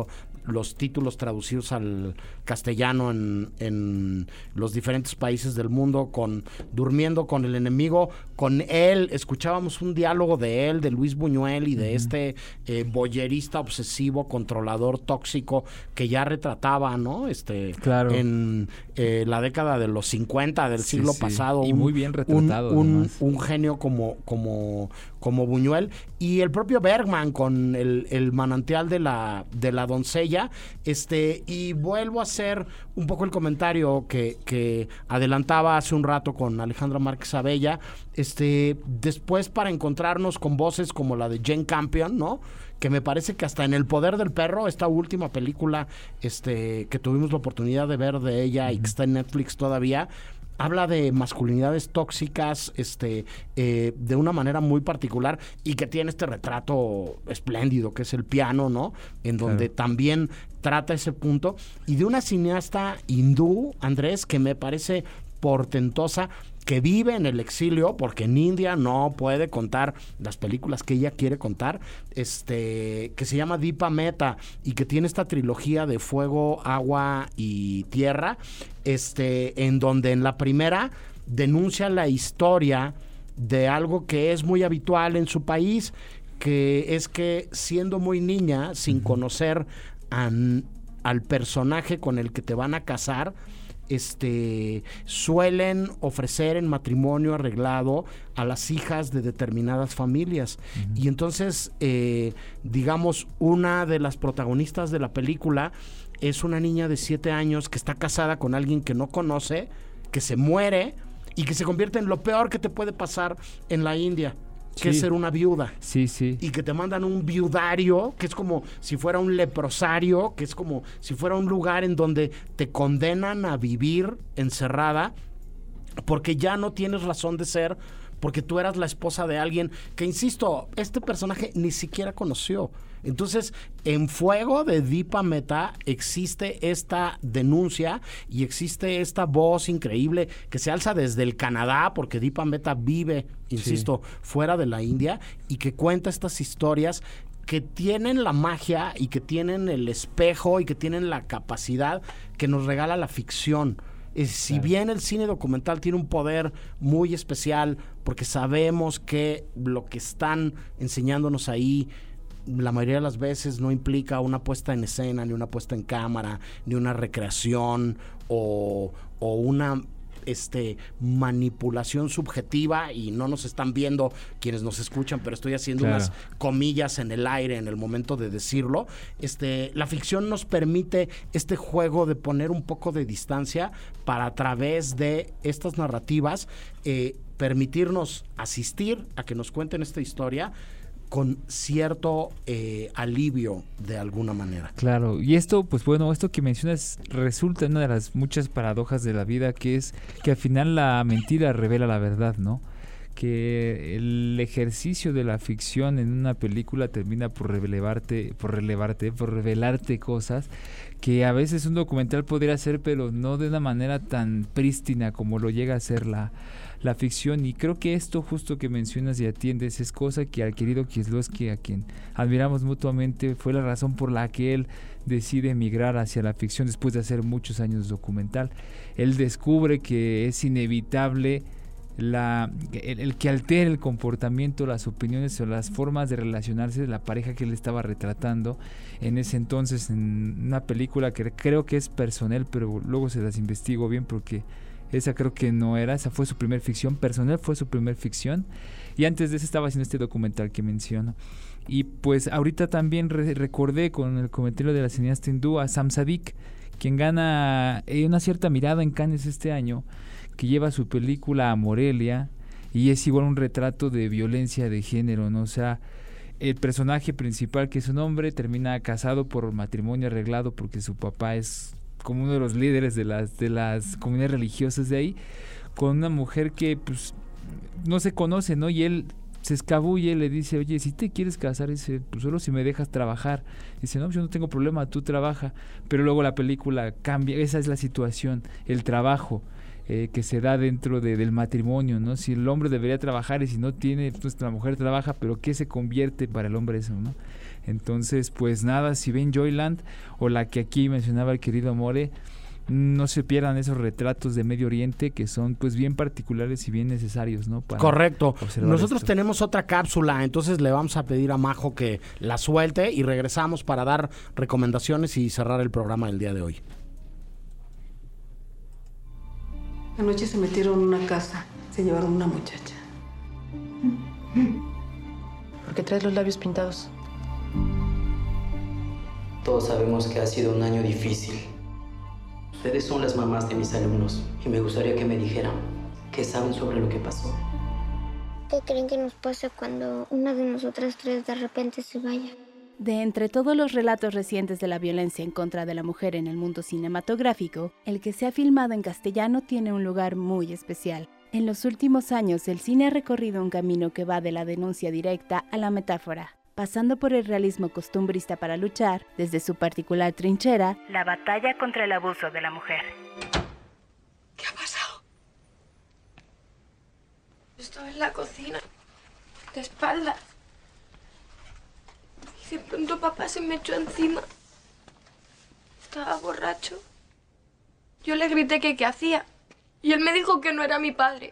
los títulos traducidos al castellano en, en los diferentes países del mundo, con Durmiendo con el enemigo, con él, escuchábamos un diálogo de él, de Luis Buñuel y de uh-huh. este eh, boyerista obsesivo, controlador, tóxico, que ya retrataba, ¿no? Este, claro. en eh, la década de los cincuenta del sí, siglo sí. pasado. Y un, muy bien retratado. Un, un, un genio como, como, como Buñuel. Y el propio Bergman con el, el manantial de la, de la doncella. Este, y vuelvo a hacer un poco el comentario que, que adelantaba hace un rato con Alejandra Márquez Abella. Este, después para encontrarnos con voces como la de Jane Campion, ¿no? Que me parece que hasta en El Poder del Perro, esta última película este, que tuvimos la oportunidad de ver de ella uh-huh. y que está en Netflix todavía, habla de masculinidades tóxicas este, eh, de una manera muy particular y que tiene este retrato espléndido que es El piano, ¿no? En donde claro. también trata ese punto. Y de una cineasta hindú, Andrés, que me parece portentosa, que vive en el exilio porque en India no puede contar las películas que ella quiere contar, este, que se llama Deepa Mehta y que tiene esta trilogía de fuego, agua y tierra, este, en donde en la primera denuncia la historia de algo que es muy habitual en su país, que es que siendo muy niña, sin conocer a, al personaje con el que te van a casar, este suelen ofrecer en matrimonio arreglado a las hijas de determinadas familias. Uh-huh. Y entonces, eh, digamos, una de las protagonistas de la película es una niña de siete años que está casada con alguien que no conoce, que se muere y que se convierte en lo peor que te puede pasar en la India, que sí. es ser una viuda. Sí, sí. Y que te mandan un viudario, que es como si fuera un leprosario, que es como si fuera un lugar en donde te condenan a vivir encerrada porque ya no tienes razón de ser, porque tú eras la esposa de alguien que, insisto, este personaje ni siquiera conoció. Entonces, en Fuego de Deepa Mehta existe esta denuncia y existe esta voz increíble que se alza desde el Canadá, porque Deepa Mehta vive, insisto, sí. fuera de la India, y que cuenta estas historias que tienen la magia y que tienen el espejo y que tienen la capacidad que nos regala la ficción. Eh, si claro. bien el cine documental tiene un poder muy especial, porque sabemos que lo que están enseñándonos ahí la mayoría de las veces no implica una puesta en escena, ni una puesta en cámara, ni una recreación o, o una este, manipulación subjetiva, y no nos están viendo quienes nos escuchan, pero estoy haciendo claro. unas comillas en el aire en el momento de decirlo. Este, la ficción nos permite este juego de poner un poco de distancia para, a través de estas narrativas, eh, permitirnos asistir a que nos cuenten esta historia con cierto eh, alivio de alguna manera. Claro, y esto, pues bueno, esto que mencionas resulta una de las muchas paradojas de la vida, que es que al final la mentira revela la verdad, ¿no? Que el ejercicio de la ficción en una película termina por relevarte, por relevarte, por revelarte cosas que a veces un documental podría hacer, pero no de una manera tan prístina como lo llega a ser la la ficción. Y creo que esto justo que mencionas y atiendes es cosa que al querido Kieslowski, a quien admiramos mutuamente, fue la razón por la que él decide emigrar hacia la ficción después de hacer muchos años documental. Él descubre que es inevitable la el, el que altere el comportamiento, las opiniones o las formas de relacionarse de la pareja que él estaba retratando en ese entonces en una película que creo que es Personnel, pero luego se las investigo bien porque esa creo que no era, esa fue su primer ficción. Personnel fue su primer ficción, y antes de eso estaba haciendo este documental que menciono. Y pues ahorita también re- recordé con el comentario de la cineasta hindú a Sam Sadiq, quien gana eh, una cierta mirada en Cannes este año, que lleva su película a Morelia, y es igual un retrato de violencia de género, ¿no? O sea, el personaje principal, que es un hombre, termina casado por matrimonio arreglado porque su papá es como uno de los líderes de las de las comunidades religiosas de ahí, con una mujer que pues no se conoce, ¿no? Y él se escabulle, le dice, oye, si te quieres casar, dice, pues solo si me dejas trabajar. Dice, no, pues yo no tengo problema, tú trabaja. Pero luego la película cambia, esa es la situación, el trabajo, eh, que se da dentro de, del matrimonio, ¿no? Si el hombre debería trabajar y si no tiene, pues la mujer trabaja, pero ¿qué se convierte para el hombre eso, no? Entonces, pues nada, si ven Joyland o la que aquí mencionaba el querido More, no se pierdan esos retratos de Medio Oriente que son pues bien particulares y bien necesarios, ¿no? Para Correcto. Nosotros esto. tenemos otra cápsula, entonces le vamos a pedir a Majo que la suelte y regresamos para dar recomendaciones y cerrar el programa del día de hoy. Anoche se metieron en una casa, se llevaron una muchacha. ¿Por qué traes los labios pintados? Todos sabemos que ha sido un año difícil. Ustedes son las mamás de mis alumnos y me gustaría que me dijeran qué saben sobre lo que pasó. ¿Qué creen que nos pasa cuando una de nosotras tres de repente se vaya? De entre todos los relatos recientes de la violencia en contra de la mujer en el mundo cinematográfico, el que se ha filmado en castellano tiene un lugar muy especial. En los últimos años, el cine ha recorrido un camino que va de la denuncia directa a la metáfora, pasando por el realismo costumbrista para luchar, desde su particular trinchera, la batalla contra el abuso de la mujer. ¿Qué ha pasado? Estaba en la cocina, de espaldas. Y de pronto papá se me echó encima. Estaba borracho. Yo le grité que qué hacía. Y él me dijo que no era mi padre.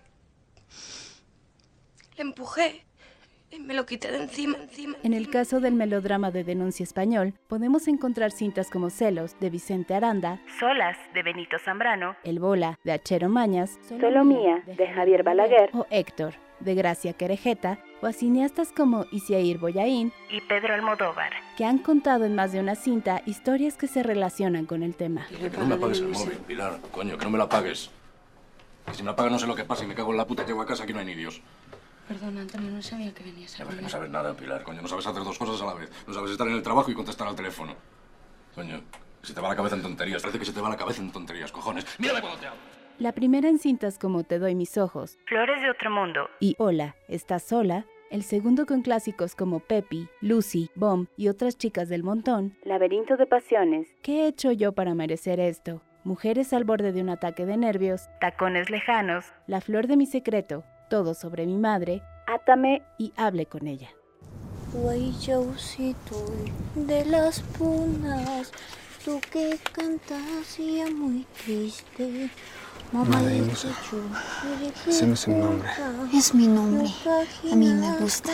Le empujé. Y me lo quité de encima, encima. En el caso del melodrama de denuncia español, podemos encontrar cintas como Celos, de Vicente Aranda, Solas, de Benito Zambrano, El Bola, de Achero Mañas, Solo Mía, de Javier Balaguer, o Héctor, de Gracia Querejeta, o a cineastas como Isiair Boyaín y Pedro Almodóvar, que han contado en más de una cinta historias que se relacionan con el tema. Que no me apagues el móvil, Pilar, coño, que no me lo apagues. Que si me lo apagas no sé lo que pasa y me cago en la puta y llego a casa, aquí no hay ni Dios. Perdona, Antonio, no sabía que venías a Ya ves comer. que no sabes nada, Pilar, coño, no sabes hacer dos cosas a la vez. No sabes estar en el trabajo y contestar al teléfono. Coño, se te va la cabeza en tonterías, parece que se te va la cabeza en tonterías, cojones. ¡Mírame cuando te hablo! La primera en cintas como Te doy mis ojos, Flores de otro mundo y Hola, ¿estás sola? El segundo con clásicos como Pepi, Lucy, Bomb y otras chicas del montón, Laberinto de pasiones, ¿qué he hecho yo para merecer esto? Mujeres al borde de un ataque de nervios, Tacones lejanos, La flor de mi secreto, Todo sobre mi madre, Átame y Hable con ella. Guayaucito de las punas, tú que cantas ya muy triste. Mamá, Madre, no sé. Ese no es el nombre. Es mi nombre. A mí me gusta.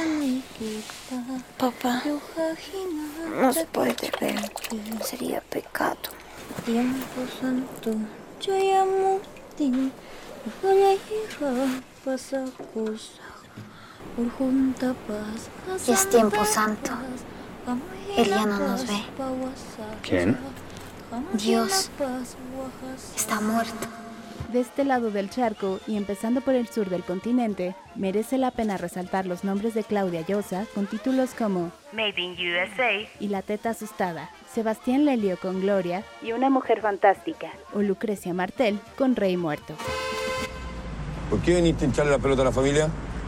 Papá, no se puede ver. Sería pecado. Tiempo santo, yo llamo a ti. Voy a ir pasa cosa. Por junta paz. Es tiempo santo. Él ya no nos ve. ¿Quién? Dios está muerto. De este lado del charco y empezando por el sur del continente, merece la pena resaltar los nombres de Claudia Llosa con títulos como Made in U S A y La teta asustada, Sebastián Lelio con Gloria y Una mujer fantástica, o Lucrecia Martel con Rey muerto. ¿Por qué viniste a hincharle la pelota a la familia?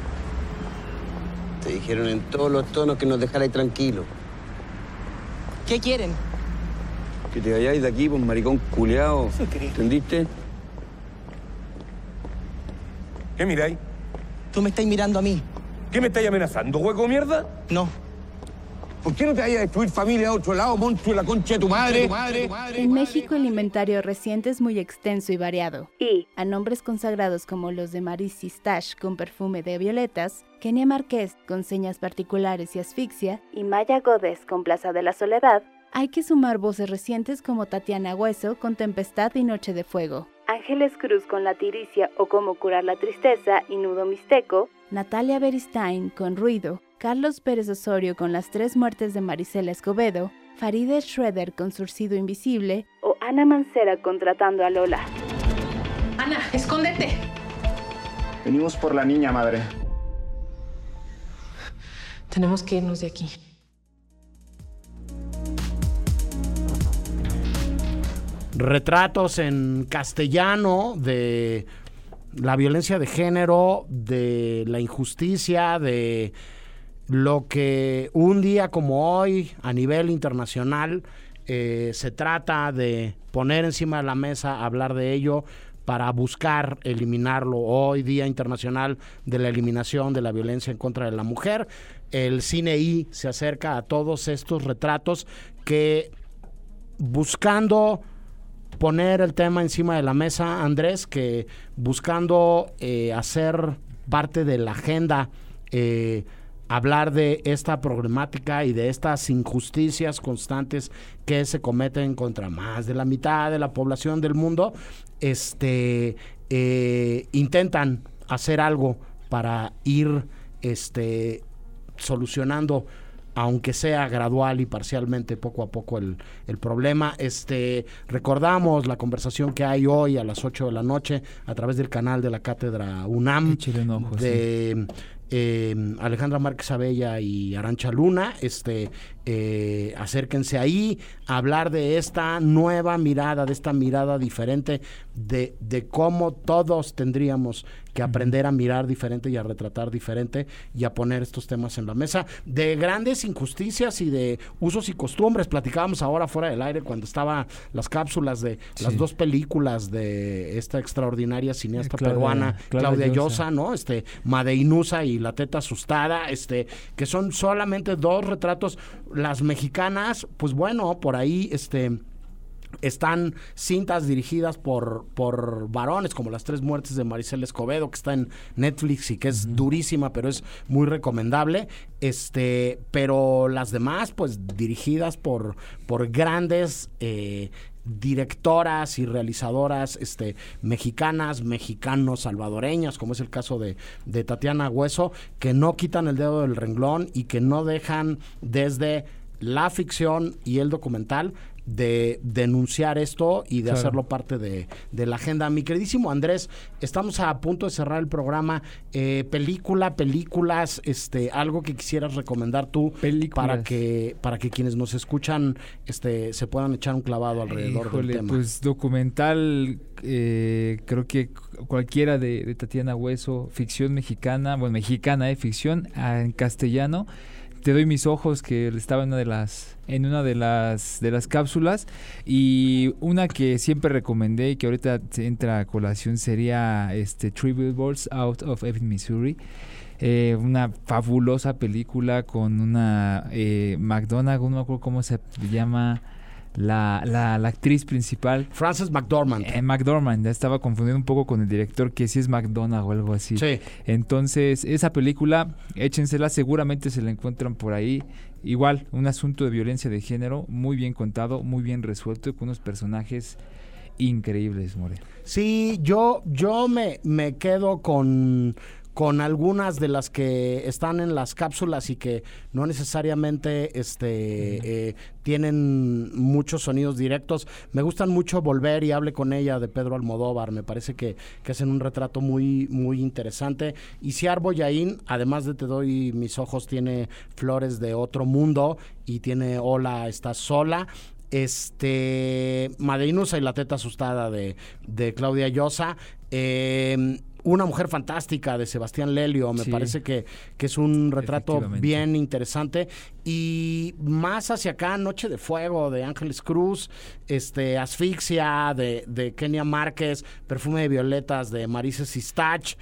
Te dijeron en todos los tonos que nos dejarais tranquilos. ¿Qué quieren? Que te vayáis de aquí, pues maricón culeado. ¿Entendiste? ¿Qué miráis? Tú me estás mirando a mí. ¿Qué me estáis amenazando, hueco de mierda? No. ¿Por qué no te vayas a destruir familia a otro lado, monstruo de la concha de tu madre? En México el inventario reciente es muy extenso y variado. Y a nombres consagrados como los de Maris Stash con Perfume de violetas, Kenia Márquez con Señas particulares y Asfixia, y Maya Gódez con Plaza de la Soledad, hay que sumar voces recientes como Tatiana Hueso con Tempestad y Noche de Fuego, Ángeles Cruz con La Tiricia o Cómo curar la tristeza y Nudo Mixteco, Natalia Beristain con Ruido, Carlos Pérez Osorio con Las tres muertes de Marisela Escobedo, Faride Schroeder con Surcido Invisible o Ana Mancera con Tratando a Lola. Ana, escóndete. Venimos por la niña, madre. Tenemos que irnos de aquí. Retratos en castellano de la violencia de género, de la injusticia, de lo que un día como hoy a nivel internacional eh, se trata de poner encima de la mesa, hablar de ello, para buscar eliminarlo. Hoy Día Internacional de la Eliminación de la Violencia en contra de la Mujer. El Cine I se acerca a todos estos retratos que, buscando poner el tema encima de la mesa, Andrés, que buscando eh, hacer parte de la agenda, eh, hablar de esta problemática y de estas injusticias constantes que se cometen contra más de la mitad de la población del mundo, este eh, intentan hacer algo para ir este solucionando, aunque sea gradual y parcialmente, poco a poco el, el problema. Este, recordamos la conversación que hay hoy a las ocho de la noche a través del canal de la Cátedra UNAM ojo, de sí. eh, Alejandra Márquez Abella y Arancha Luna. Este, eh, acérquense ahí a hablar de esta nueva mirada, de esta mirada diferente, de, de cómo todos tendríamos que aprender a mirar diferente y a retratar diferente y a poner estos temas en la mesa, de grandes injusticias y de usos y costumbres. Platicábamos ahora fuera del aire cuando estaban las cápsulas de sí. las dos películas de esta extraordinaria cineasta Claudia, peruana Claudia, Claudia Llosa, ¿no? Este, Madeinusa y La Teta Asustada, este, que son solamente dos retratos. Las mexicanas, pues bueno, por ahí, este... están cintas dirigidas por, por varones, como Las Tres Muertes de Maricel Escobedo, que está en Netflix y que es uh-huh. durísima, pero es muy recomendable. Este, pero las demás, pues dirigidas por, por grandes eh, directoras y realizadoras este, mexicanas, mexicanos, salvadoreñas, como es el caso de, de Tatiana Hueso, que no quitan el dedo del renglón y que no dejan desde la ficción y el documental de denunciar esto y de claro. hacerlo parte de, de la agenda. Mi queridísimo Andrés, estamos a punto de cerrar el programa. Eh, película, películas, este, algo que quisieras recomendar tú películas. para que para que quienes nos escuchan este se puedan echar un clavado alrededor Híjole, del tema. Pues documental, eh, creo que cualquiera de, de Tatiana Hueso, ficción mexicana, bueno, mexicana, eh, ficción ah, en castellano. Te doy mis ojos, que estaba en una de las en una de las de las cápsulas, y una que siempre recomendé y que ahorita entra a colación sería este Three Billboards Out of Ebbing, Missouri. Eh, una fabulosa película con una eh, McDonagh, no me acuerdo cómo se llama la, la, la actriz principal. Frances McDormand. Eh, McDormand, estaba confundido un poco con el director, que sí es McDonagh o algo así. Sí. Entonces, esa película, échensela, seguramente se la encuentran por ahí. Igual, un asunto de violencia de género, muy bien contado, muy bien resuelto, con unos personajes increíbles, More. Sí, yo, yo me, me quedo con... con algunas de las que están en las cápsulas y que no necesariamente este eh, tienen muchos sonidos directos. Me gustan mucho Volver y Hable con ella, de Pedro Almodóvar. Me parece que, que hacen un retrato muy, muy interesante. Y Siar Boyaín, además de Te doy mis ojos, tiene Flores de otro mundo y tiene Hola, estás sola. Este Madeinusa y La Teta Asustada de, de Claudia Llosa. Eh, Una mujer fantástica de Sebastián Lelio, me sí, parece que, que es un retrato bien interesante. Y más hacia acá, Noche de Fuego de Ángeles Cruz, este Asfixia de, de Kenia Márquez, Perfume de Violetas de Marisa Sistach,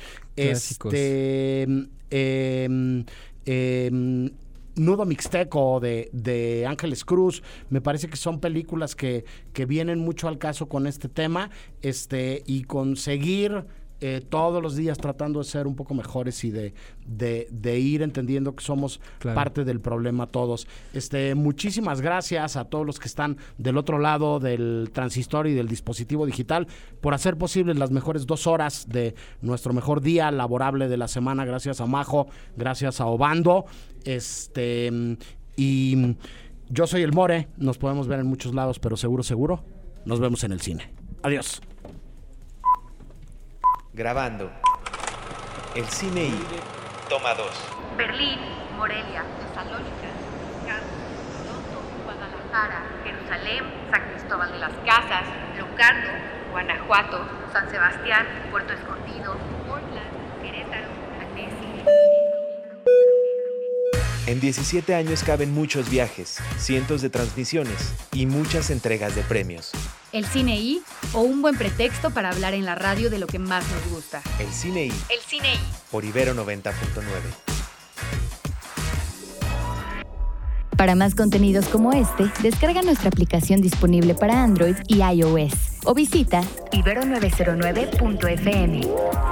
este eh, eh, Nudo Mixteco de, de Ángeles Cruz. Me parece que son películas que, que vienen mucho al caso con este tema, este y conseguir Eh, todos los días tratando de ser un poco mejores y de, de, de ir entendiendo que somos claro. parte del problema todos. Este, muchísimas gracias a todos los que están del otro lado del transistor y del dispositivo digital por hacer posible las mejores dos horas de nuestro mejor día laborable de la semana. Gracias a Majo, gracias a Obando. Este, y yo soy el More, nos podemos ver en muchos lados, pero seguro, seguro, nos vemos en el cine. Adiós. Grabando. El Cine I. Toma dos. Berlín, Morelia, Tesalónica, Toronto, Guadalajara, Jerusalén, San Cristóbal de las Casas, Locarno, Guanajuato, San Sebastián, Puerto Escondido, Portland, Querétaro, Annecy. En diecisiete años caben muchos viajes, cientos de transmisiones y muchas entregas de premios. el Cine I o un buen pretexto para hablar en la radio de lo que más nos gusta. El Cine I. El Cine I. Por Ibero noventa punto nueve. Para más contenidos como este, descarga nuestra aplicación disponible para Android y iOS o visita ibero novecientos nueve punto efe eme.